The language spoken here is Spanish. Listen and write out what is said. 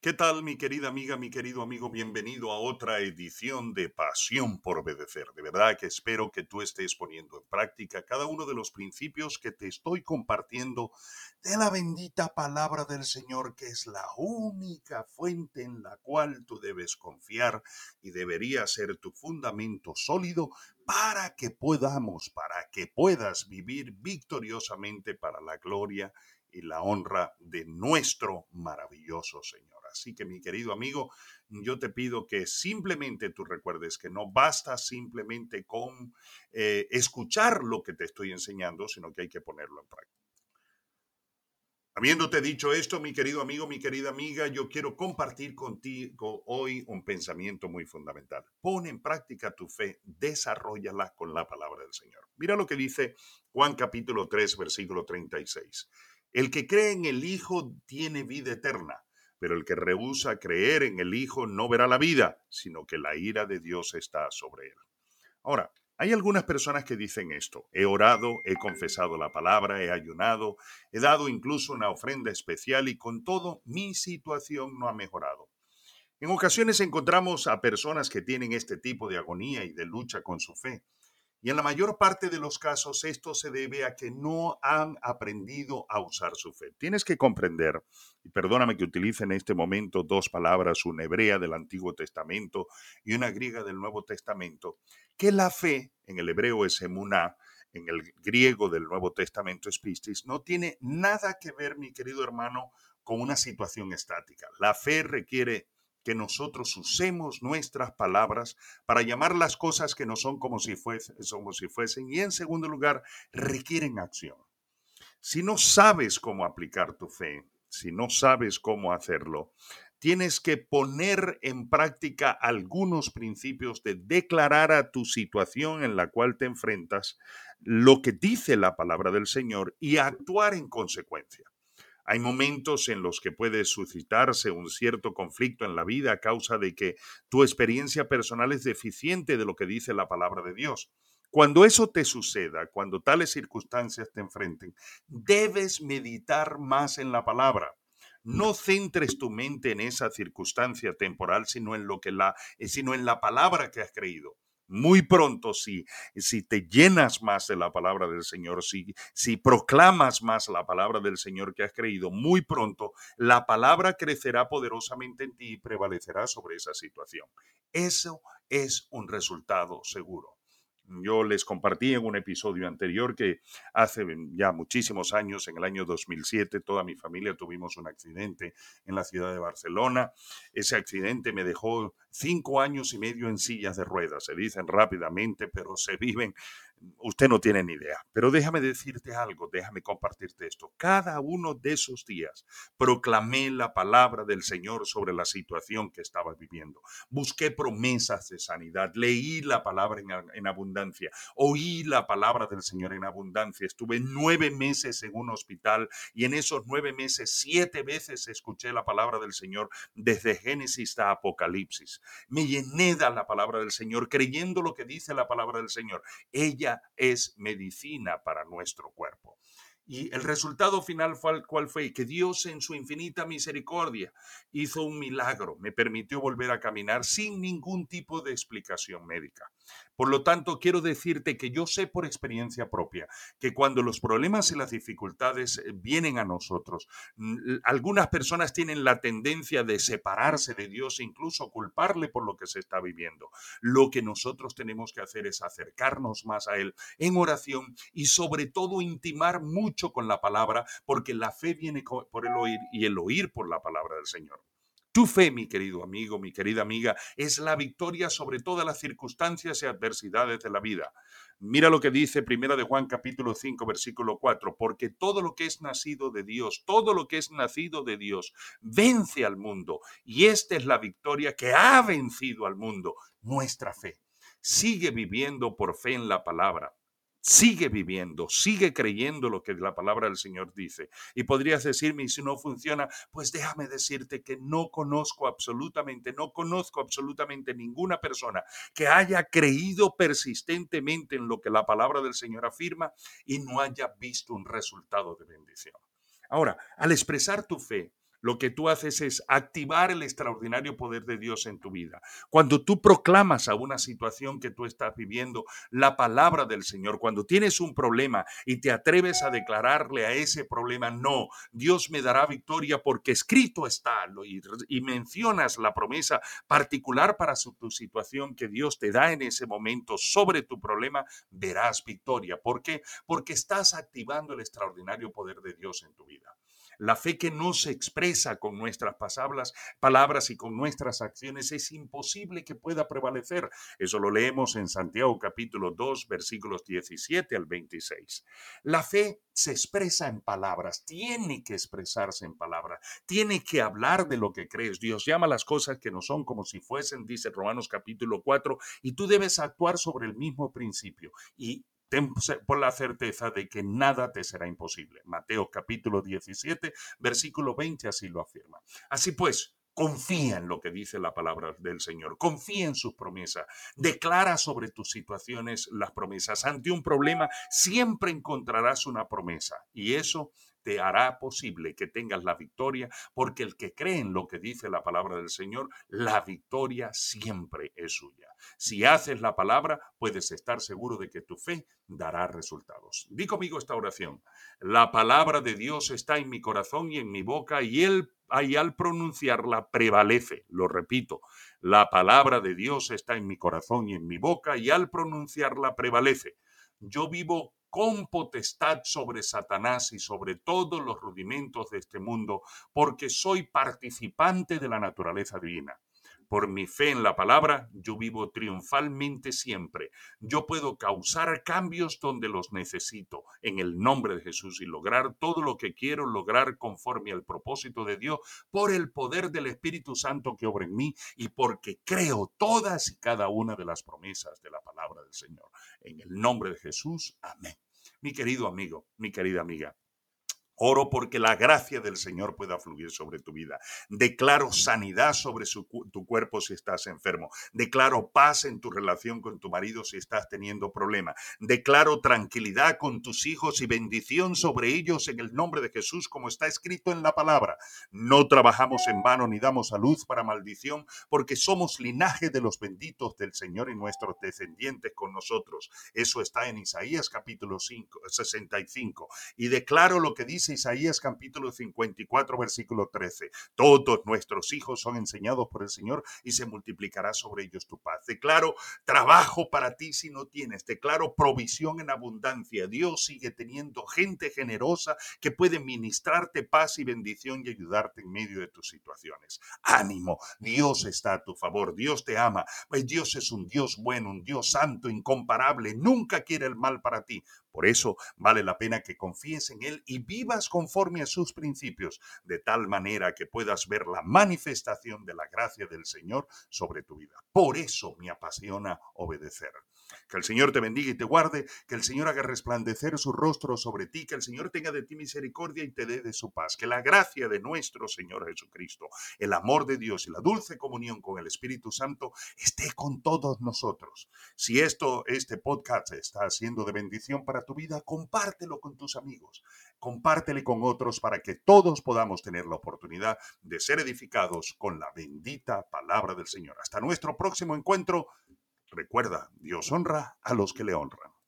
¿Qué tal, mi querida amiga, mi querido amigo? Bienvenido a otra edición de Pasión por Obedecer. De verdad que espero que tú estés poniendo en práctica cada uno de los principios que te estoy compartiendo de la bendita palabra del Señor, que es la única fuente en la cual tú debes confiar y debería ser tu fundamento sólido para que puedas vivir victoriosamente para la gloria y la honra de nuestro maravilloso Señor. Así que, mi querido amigo, yo te pido que simplemente tú recuerdes que no basta simplemente con escuchar lo que te estoy enseñando, sino que hay que ponerlo en práctica. Habiéndote dicho esto, mi querido amigo, mi querida amiga, yo quiero compartir contigo hoy un pensamiento muy fundamental. Pon en práctica tu fe, desarrollala con la palabra del Señor. Mira lo que dice Juan capítulo 3, versículo 36. El que cree en el Hijo tiene vida eterna, pero el que rehúsa creer en el Hijo no verá la vida, sino que la ira de Dios está sobre él. Ahora, hay algunas personas que dicen esto: he orado, he confesado la palabra, he ayunado, he dado incluso una ofrenda especial y con todo mi situación no ha mejorado. En ocasiones encontramos a personas que tienen este tipo de agonía y de lucha con su fe. Y en la mayor parte de los casos esto se debe a que no han aprendido a usar su fe. Tienes que comprender, y perdóname que utilice en este momento dos palabras, una hebrea del Antiguo Testamento y una griega del Nuevo Testamento, que la fe en el hebreo es emuná, en el griego del Nuevo Testamento es pistis, no tiene nada que ver, mi querido hermano, con una situación estática. La fe requiere que nosotros usemos nuestras palabras para llamar las cosas que no son como si fuesen, y en segundo lugar, requieren acción. Si no sabes cómo aplicar tu fe, si no sabes cómo hacerlo, tienes que poner en práctica algunos principios de declarar a tu situación en la cual te enfrentas lo que dice la palabra del Señor y actuar en consecuencia. Hay momentos en los que puede suscitarse un cierto conflicto en la vida a causa de que tu experiencia personal es deficiente de lo que dice la palabra de Dios. Cuando eso te suceda, cuando tales circunstancias te enfrenten, debes meditar más en la palabra. No centres tu mente en esa circunstancia temporal, sino en la palabra que has creído. Muy pronto, si te llenas más de la palabra del Señor, si proclamas más la palabra del Señor que has creído, muy pronto la palabra crecerá poderosamente en ti y prevalecerá sobre esa situación. Eso es un resultado seguro. Yo les compartí en un episodio anterior que hace ya muchísimos años, en el año 2007, toda mi familia tuvimos un accidente en la ciudad de Barcelona. Ese accidente me dejó 5 años y medio en sillas de ruedas. Se dicen rápidamente, pero se viven. Usted no tiene ni idea. Pero déjame decirte algo, déjame compartirte esto. Cada uno de esos días proclamé la palabra del Señor sobre la situación que estaba viviendo. Busqué promesas de sanidad, leí la palabra en abundancia, oí la palabra del Señor en abundancia. Estuve 9 meses en un hospital y en esos 9 meses 7 veces escuché la palabra del Señor desde Génesis a Apocalipsis. Me llené de la palabra del Señor creyendo lo que dice la palabra del Señor. Ella es medicina para nuestro cuerpo. Y el resultado final fue cuál fue: que Dios en su infinita misericordia hizo un milagro, me permitió volver a caminar sin ningún tipo de explicación médica. Por lo tanto, quiero decirte que yo sé por experiencia propia que cuando los problemas y las dificultades vienen a nosotros, algunas personas tienen la tendencia de separarse de Dios e incluso culparle por lo que se está viviendo. Lo que nosotros tenemos que hacer es acercarnos más a Él en oración y sobre todo intimar mucho con la palabra, porque la fe viene por el oír y el oír por la palabra del Señor. Tu fe, mi querido amigo, mi querida amiga, es la victoria sobre todas las circunstancias y adversidades de la vida. Mira lo que dice Primera de Juan capítulo 5 versículo 4: porque todo lo que es nacido de Dios, todo lo que es nacido de Dios, vence al mundo. Y esta es la victoria que ha vencido al mundo, nuestra fe. Sigue viviendo por fe en la palabra. Sigue viviendo, sigue creyendo lo que la palabra del Señor dice. Y podrías decirme, y si no funciona, pues déjame decirte que no conozco absolutamente ninguna persona que haya creído persistentemente en lo que la palabra del Señor afirma y no haya visto un resultado de bendición. Ahora, al expresar tu fe, lo que tú haces es activar el extraordinario poder de Dios en tu vida. Cuando tú proclamas a una situación que tú estás viviendo la palabra del Señor, cuando tienes un problema y te atreves a declararle a ese problema, no, Dios me dará victoria porque escrito está, y mencionas la promesa particular para tu situación que Dios te da en ese momento sobre tu problema, verás victoria. ¿Por qué? Porque estás activando el extraordinario poder de Dios en tu vida. La fe que no se expresa con nuestras palabras y con nuestras acciones es imposible que pueda prevalecer. Eso lo leemos en Santiago capítulo 2, versículos 17 al 26. La fe se expresa en palabras, tiene que expresarse en palabras, tiene que hablar de lo que crees. Dios llama las cosas que no son como si fuesen, dice Romanos capítulo 4, y tú debes actuar sobre el mismo principio. Y ten por la certeza de que nada te será imposible. Mateo capítulo 17, versículo 20 así lo afirma. Así pues, confía en lo que dice la palabra del Señor, confía en sus promesas, declara sobre tus situaciones las promesas. Ante un problema siempre encontrarás una promesa y eso te hará posible que tengas la victoria, porque el que cree en lo que dice la palabra del Señor, la victoria siempre es suya. Si haces la palabra, puedes estar seguro de que tu fe dará resultados. Di conmigo esta oración. La palabra de Dios está en mi corazón y en mi boca y al pronunciarla prevalece. Lo repito, la palabra de Dios está en mi corazón y en mi boca y al pronunciarla prevalece. Yo vivo con potestad sobre Satanás y sobre todos los rudimentos de este mundo, porque soy participante de la naturaleza divina. Por mi fe en la palabra, yo vivo triunfalmente siempre. Yo puedo causar cambios donde los necesito en el nombre de Jesús y lograr todo lo que quiero lograr conforme al propósito de Dios por el poder del Espíritu Santo que obra en mí y porque creo todas y cada una de las promesas de la palabra del Señor. En el nombre de Jesús, amén. Mi querido amigo, mi querida amiga, oro porque la gracia del Señor pueda fluir sobre tu vida. Declaro sanidad sobre tu cuerpo si estás enfermo. Declaro paz en tu relación con tu marido si estás teniendo problemas. Declaro tranquilidad con tus hijos y bendición sobre ellos en el nombre de Jesús, como está escrito en la palabra. No trabajamos en vano ni damos a luz para maldición, porque somos linaje de los benditos del Señor y nuestros descendientes con nosotros. Eso está en Isaías capítulo 65. Y declaro lo que dice Isaías capítulo 54, versículo 13. Todos nuestros hijos son enseñados por el Señor y se multiplicará sobre ellos tu paz. Declaro trabajo para ti si no tienes. Declaro provisión en abundancia. Dios sigue teniendo gente generosa que puede ministrarte paz y bendición y ayudarte en medio de tus situaciones. Ánimo, Dios está a tu favor. Dios te ama. Dios es un Dios bueno, un Dios santo, incomparable. Nunca quiere el mal para ti. Por eso vale la pena que confíes en Él y vivas conforme a sus principios, de tal manera que puedas ver la manifestación de la gracia del Señor sobre tu vida. Por eso me apasiona obedecer. Que el Señor te bendiga y te guarde, que el Señor haga resplandecer su rostro sobre ti, que el Señor tenga de ti misericordia y te dé de su paz. Que la gracia de nuestro Señor Jesucristo, el amor de Dios y la dulce comunión con el Espíritu Santo esté con todos nosotros. Si este podcast está siendo de bendición para tu vida, compártelo con tus amigos, compártele con otros para que todos podamos tener la oportunidad de ser edificados con la bendita palabra del Señor. Hasta nuestro próximo encuentro. Recuerda, Dios honra a los que le honran.